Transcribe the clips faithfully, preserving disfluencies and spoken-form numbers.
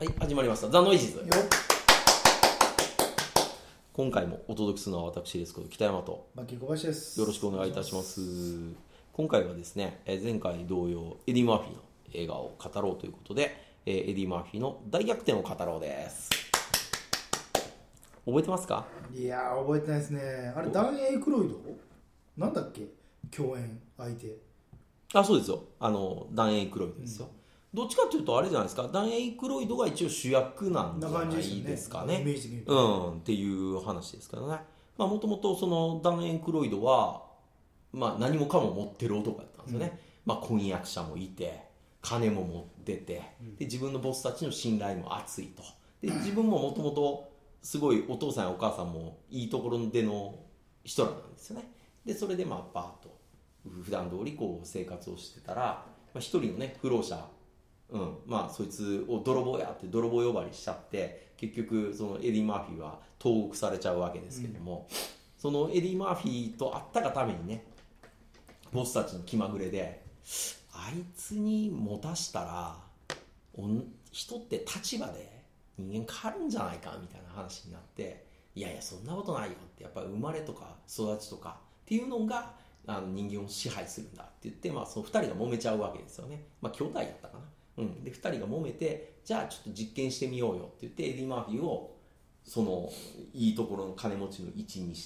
はい、始まりましたザ・ノイジーズ。 よっ。 今回もお届けするのは私ですこと北山と牧小林です。 よろしくお願いいたします。今回はですね、え前回同様エディ・マーフィーの映画を語ろうということで、えエディ・マーフィーの大逆転を語ろうです。覚えてますか？ いやー覚えてないですね。あれダン・エイクロイドなんだっけ、共演相手。 あ、そうですよ。あのダン・エイクロイドですよ、うん、どっちかというとあれじゃないですか、ダン・エイクロイドが一応主役なんじゃないですかね。 イメージ的に、 うん、っていう話ですからね。まあもともとそのダン・エイクロイドは、まあ、何もかも持ってる男だったんですよね、うん、まあ、婚約者もいて金も持ってて、で自分のボスたちの信頼も厚いと。で自分ももともとすごいお父さんやお母さんもいいところでの人らなんですよね。でそれでまあバーッと普段通りこう生活をしてたら、まあ、一人のね不老者、うん、まあそいつを泥棒やって泥棒呼ばわりしちゃって、結局そのエディ・マーフィーは投獄されちゃうわけですけども、うん、そのエディ・マーフィーと会ったがためにね、ボスたちの気まぐれであいつに持たしたら人って立場で人間変わるんじゃないかみたいな話になって、いやいやそんなことないよって、やっぱり生まれとか育ちとかっていうのがあの人間を支配するんだって言って、まあ、そのふたりが揉めちゃうわけですよね。まあ兄弟だったかな、うん、でふたりが揉めて、じゃあちょっと実験してみようよって言ってエディ・マーフィーをそのいいところの金持ちの位置にして、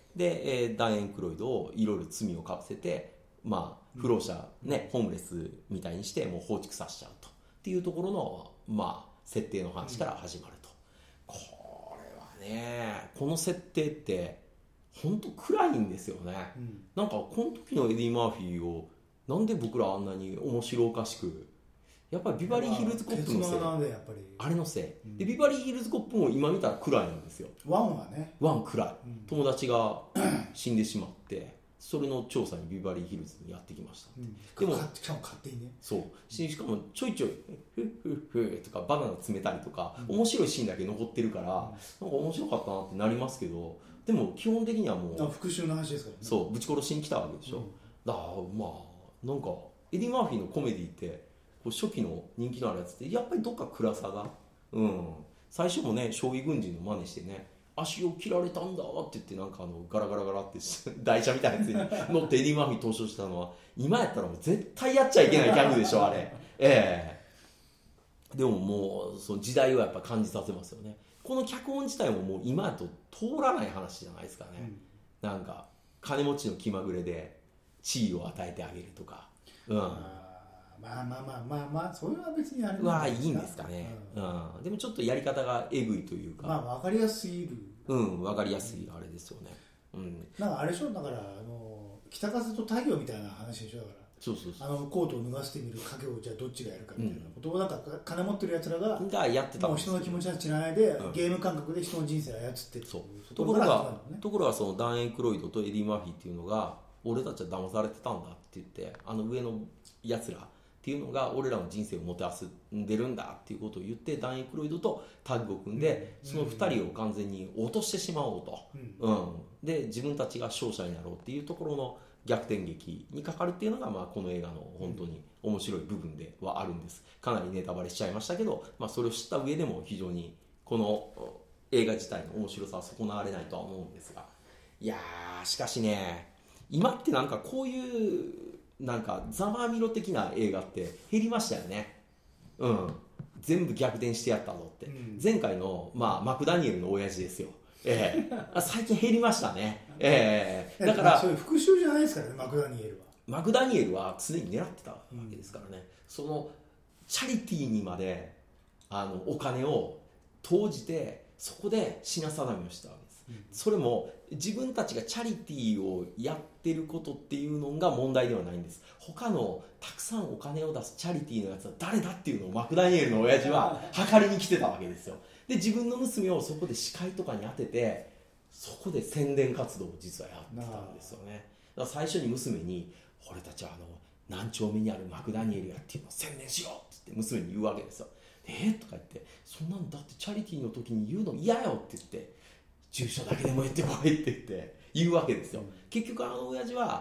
で、えー、ダン・エイクロイドをいろいろ罪をかぶせて、まあ不老者ね、ホームレスみたいにしてもう放逐させちゃうとっていうところのまあ設定の話から始まると、うん、これはね、この設定って本当暗いんですよね、うん、なんかこの時のエディ・マーフィーをなんで僕らあんなに面白おかしく、やっぱりビバリーヒルズコップのせい、あれのせい、うん、でビバリーヒルズコップも今見たら暗いんですよ。 ワンはね、 ワン暗い、うん、友達が死んでしまってそれの調査にビバリーヒルズにやってきました、うん、 でもしかも勝手にね、 そうしかもちょいちょいフッフッフッとかバナナ詰めたりとか、うん、面白いシーンだけ残ってるから、うん、なんか面白かったなってなりますけど、でも基本的にはもう復讐の話ですからね。 そうぶち殺しに来たわけでしょ、うん、だからまあなんかエディ・マーフィーのコメディってこう初期の人気のあるやつってやっぱりどっか暗さが、うん、最初もね将棋軍人の真似してね、足を切られたんだって言ってなんかあのガラガラガラって台車みたいなやつに乗ってエディ・マーフィー登場したのは今やったらもう絶対やっちゃいけないギャグでしょあれええー、でももうその時代をやっぱ感じさせますよね。この脚本自体ももう今やと通らない話じゃないですかね、うん、なんか金持ちの気まぐれで地位を与えてあげるとか、うん、 まあまあまあまあまあそれは別にあれはいいんですかね、うんうん、でもちょっとやり方がえぐいというか、 まあ分かりやすすぎる、 うん分かりやすいあれですよね、うん、 なんかあれでしょ、だからあの北風と太陽みたいな話でしょ。だからそうそうそう、 あのコートを脱がせてみる影をじゃあどっちがやるかみたいなことをなんか金持ってるやつらががやってたもう人の気持ちは知らないで、うん、ゲーム感覚で人の人生を操ってる。 そうところが、ね、ところがそのダン・エイクロイドとエディ・マーフィーっていうのが俺たちは騙されてたんだって言って、あの上のやつらっていうのが俺らの人生をもてあそんでるんだっていうことを言ってダン・エイクロイドとタッグを組んで、うん、そのふたりを完全に落としてしまおうと、うんうん、で自分たちが勝者になろうっていうところの逆転劇にかかるっていうのが、まあ、この映画の本当に面白い部分ではあるんです。かなりネタバレしちゃいましたけど、まあ、それを知った上でも非常にこの映画自体の面白さは損なわれないとは思うんですが、いやーしかしね、今ってなんかこういうなんかざまあみろ的な映画って減りましたよね、うん、全部逆転してやったぞって、うん、前回の、まあ、マクダニエルの親父ですよ、えー、最近減りましたね、えー、だからそういう復讐じゃないですからね。マクダニエルはマクダニエルは常に狙ってたわけですからね、うん、そのチャリティーにまであのお金を投じてそこで品定めをしたわけです、うん、それも自分たちがチャリティーをやってることっていうのが問題ではないんです。他のたくさんお金を出すチャリティーのやつは誰だっていうのをマクダニエルの親父は測りに来てたわけですよ。で自分の娘をそこで司会とかに当ててそこで宣伝活動を実はやってたんですよね。だから最初に娘に俺たちはあの何丁目にあるマクダニエルやっていうのを宣伝しようって娘に言うわけですよ。えー、とか言ってそんなんだってチャリティーの時に言うの嫌よって言って住所だけでも言ってこいって言って言うわけですよ、うん、結局あの親父は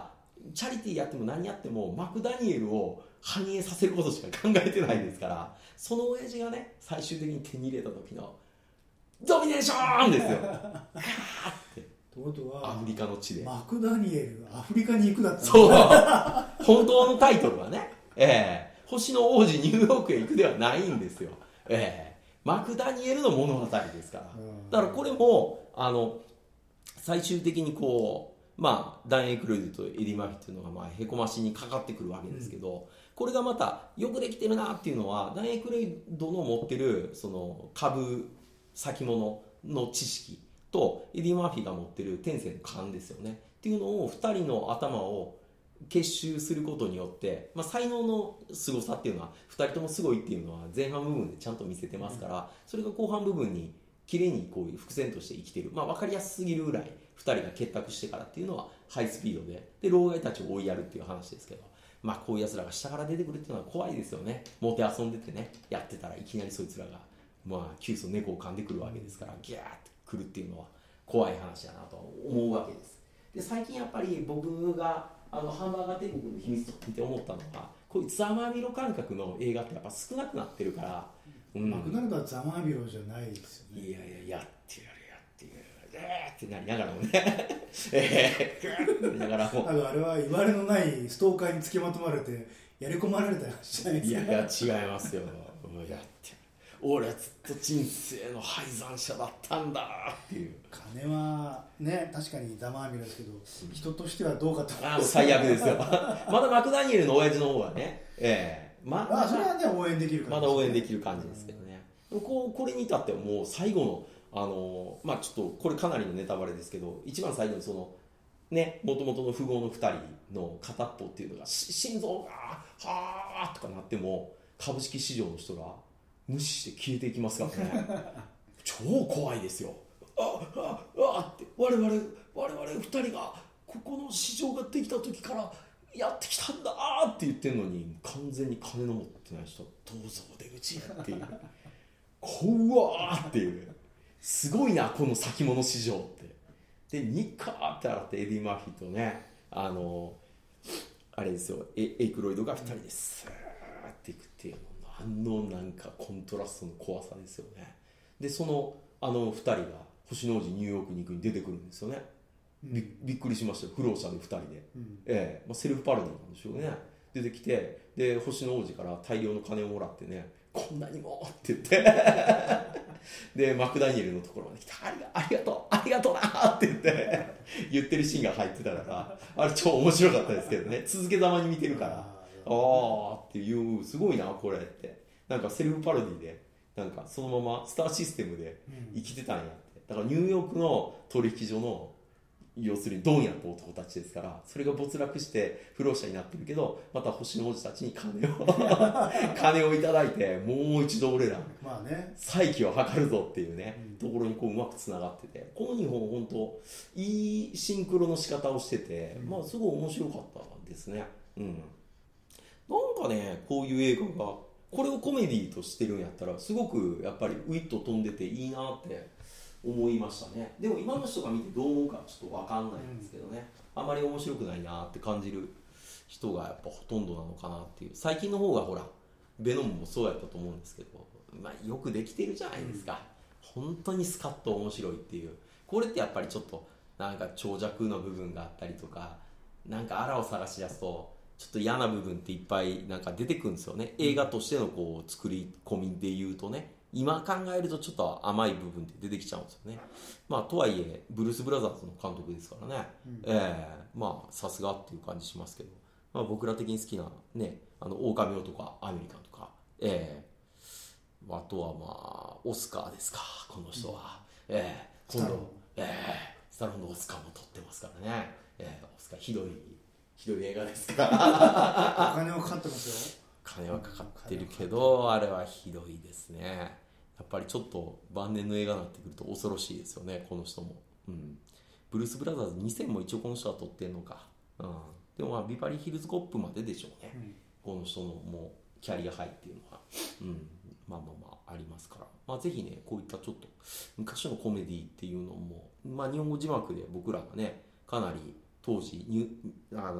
チャリティーやっても何やってもマクダニエルを反映させることしか考えてないですから、その親父がね最終的に手に入れた時のドミネーションですよガーってということはアフリカの地でマクダニエルがアフリカに行くだったそう本当のタイトルはね、えー、星の王子ニューヨークへ行くではないんですよ、えー、マクダニエルの物語ですから、だからこれもあの最終的にこうまあダン・エイクロイドとエディ・マーフィーっていうのがまあへこましにかかってくるわけですけど、うん、これがまたよくできてるなっていうのはダン・エイクロイドの持ってるその株先物の知識とエディ・マーフィーが持ってる天性の勘ですよねっていうのをふたりの頭を結集することによって、まあ、才能の凄さっていうのはふたりともすごいっていうのは前半部分でちゃんと見せてますから、それが後半部分に綺麗にこういう伏線として生きてる、まあ、分かりやすすぎるぐらいふたりが結託してからっていうのはハイスピードでで老害たちを追いやるっていう話ですけど、まあ、こういうやつらが下から出てくるっていうのは怖いですよね。もて遊んでてねやってたらいきなりそいつらがまあ急須猫を噛んでくるわけですから、ギャーってくるっていうのは怖い話だなと思うわけです。で最近やっぱり僕があのハンバーガー帝国の秘密と見て思ったのは、こういうざまみろ感覚の映画ってやっぱ少なくなってるから、 うん、マクドナルドはざまみろじゃないですよね。 いやいややってやるやってやるえーってなりながらもねえーってなりながらもあのあれは言われのないストーカーにつきまとまれてやり込まれた話じゃないですか。 いやいや違いますよやって俺はずっと人生の敗残者だったんだっていう。 金はね確かにざまあみろですけど、人としてはどうかとあ最悪ですよまだマクダニエルの親父の方はね、ええー、まあそれはね応援できる感じ、ね、 まだ応援できる感じですけどね、うん、こうこれに至ってはもう最後のあのまあちょっとこれかなりのネタバレですけど、一番最後にそのね元々の富豪のふたりの片っぽっていうのが心臓がはーとかなっても株式市場の人が無視して消えていきますからね超怖いですよ。あああって我々我々ふたりがここの市場ができた時からやってきたんだって言ってるのに、完全に金の持ってない人どうぞお出口っていう怖ーっていう、すごいなこの先物市場ってでニッカーって洗ってエディ・マーフィーとねあのあれですよ エ, エイクロイドがふたりでスーっていくっていうの、あのなんかコントラストの怖さですよね。でそのあのふたりが星の王子ニューヨークに行くに出てくるんですよね、うん、び, びっくりしましたよ。不老者でふたりで、うんええまあ、セルフパロディなんでしょうね。出てきてで星の王子から大量の金をもらってね、こんなにもって言ってでマクダニエルのところまで来てありがありがとうありがとうなって言って言ってるシーンが入ってたからあれ超面白かったですけどね、続けざまに見てるからああっていうすごいなこれって、なんかセルフパロディでなんかそのままスターシステムで生きてたんやって、だからニューヨークの取引所の要するにドンやった男たちですから、それが没落して不老者になってるけどまた星の王子たちに金を金をいただいてもう一度俺らまあね再起を図るぞっていうね、うん、ところにこううまくつながってて、このにほん本当いいシンクロの仕方をしてて、うん、まあすごい面白かったですね。うんなんかねこういう映画がこれをコメディとしてるんやったらすごくやっぱりウィット飛んでていいなって思いましたね。でも今の人が見てどう思うかちょっと分かんないんですけどね、うん、あんまり面白くないなって感じる人がやっぱほとんどなのかなっていう。最近の方がほらベノムもそうやったと思うんですけど、まあ、よくできてるじゃないですか、うん、本当にスカッと面白いっていう。これってやっぱりちょっとなんか長尺の部分があったりとかなんかあらを探し出すとちょっと嫌な部分っていっぱいなんか出てくるんですよね。映画としてのこう作り込みで言うとね、今考えるとちょっと甘い部分って出てきちゃうんですよね。まあとはいえブルース・ブラザーズの監督ですからね、うん、えー、まあさすがっていう感じしますけど、まあ、僕ら的に好きなねあの狼男とかアメリカンとか、えー、あとはまあオスカーですかこの人は、うん、えー、今度えー、スタローンのオスカーも取ってますからね、えー、オスカーひどいひどい映画ですからお金はかかってますよ。 金はかかってるけどあれはひどいですね。やっぱりちょっと晩年の映画になってくると恐ろしいですよねこの人も、うん、ブルース・ブラザーズにせんも一応この人は撮ってんのか、うん、でもまあビバリーヒルズコップまででしょうね、うん、この人のもうキャリアハイっていうのは、うん、まあまあまあありますから、まあ、ぜひねこういったちょっと昔のコメディっていうのも、まあ、日本語字幕で僕らがねかなり当時にあの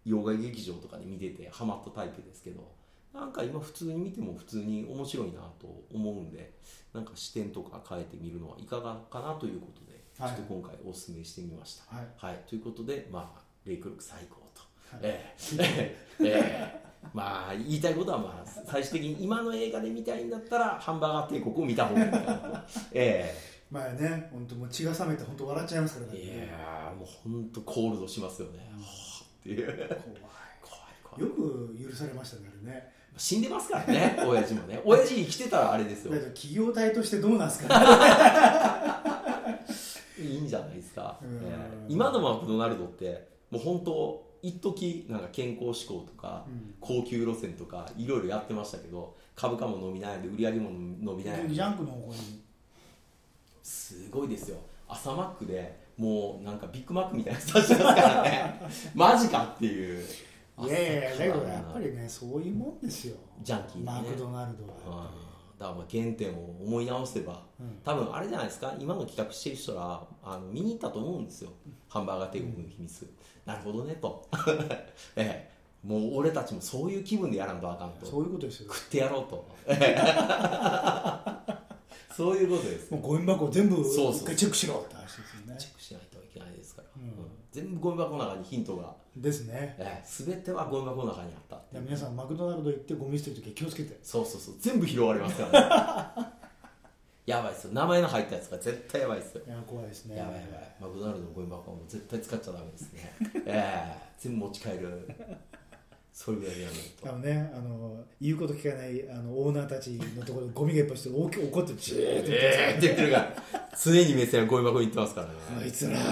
洋画劇場とかで見ててハマったタイプですけど、なんか今普通に見ても普通に面白いなと思うんで、なんか視点とか変えてみるのはいかがかなということで、はい、ちょっと今回お勧めしてみました、はいはい、ということで、まあ、レイクロック最高と、はい、えー、えー、まあ言いたいことは、まあ最終的に今の映画で見たいんだったらハンバーガー帝国を見た方がいいかなと、えー、まあね、本当もう血が冷めて本当笑っちゃいますからね。 いやもう本当コールドしますよね、うん、はあっていう怖い怖い怖い。よく許されましたね、あれね。 死んでますからね、親父もね。親父生きてたらあれですよ。 企業体としてどうなんですかね。いいんじゃないですか。えー、今のマクドナルドってもう本当一時なんか健康志向とか、うん、高級路線とかいろいろやってましたけど、株価も伸びないで売り上げも伸びないで。 ジャンクの方向に。 すごいですよ。朝マックでもうなんかビッグマックみたいなやつ出してますからね。マジかっていう。 いやいやいや、だけどやっぱりね、そういうもんですよ、 ジャンキー、ね、 マクドナルドは。 だからまあ原点を思い直せば、うん、多分あれじゃないですか、今の企画してる人らあの見に行ったと思うんですよ、ハンバーガー帝国の秘密、うん、なるほどねと、ええ、もう俺たちもそういう気分でやらんとあかんと、 そういうことですよ、 食ってやろうと、そういうことです。 もうゴミ箱全部一回チェックしろって話ですよね。 チェックしないといけないですから、うんうん、全部ゴミ箱の中にヒントがですね、 ええ、全てはゴミ箱の中にあったって。 いや皆さんマクドナルド行ってゴミ捨てるときは気をつけて。 そうそうそう、全部拾われますからね。やばいっすよ、名前の入ったやつが絶対やばいっすよ。 いや怖いですね。 やばいやばい、マクドナルドのゴミ箱はもう絶対使っちゃダメですね。ええ、全部持ち帰る。それぐらいやらないと。 あのね、あの言うこと聞かないあのオーナーたちのところでゴミがいっぱいして怒ってジーって言ってるから常に目線はゴミ箱に行ってますからね。 あいつら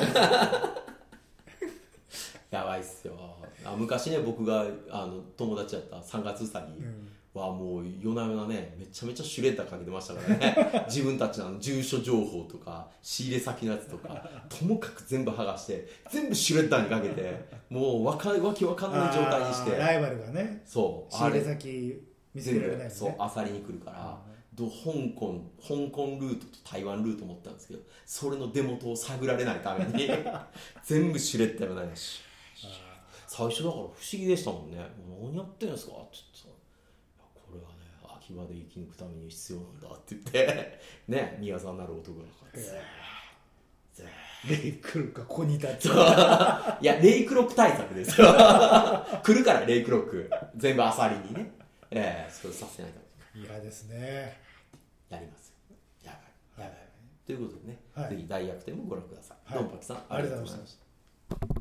やばいっすよ。あ昔ね、僕があの友達やったさんがつうさぎはもう夜な夜なね、めちゃめちゃシュレッダーかけてましたからね。自分たちのあの住所情報とか仕入れ先のやつとかともかく全部剥がして全部シュレッダーにかけて、もうわかわけわかんない状態にして、 ライバルがね、 そう仕入れ先見つけられないですね。 そう漁りに来るから、ど香港香港ルートと台湾ルート持ったんですけど、それの出元を探られないために全部シュレッダーがないし、最初だから不思議でしたもんね。何やってんですかって言って、これはね、秋葉で生き抜くために必要なんだって言ってね、宮沢なる男がレイクロックがここにいたっていや、レイクロック対策ですよ。来るからレイクロック全部あさりにね、えー、それさせないと嫌ですね。 やりますよ。やばいやばい、はい、ということでね、はい、ぜひ大逆転もご覧ください、はい、どんぱきさんありがとうございました。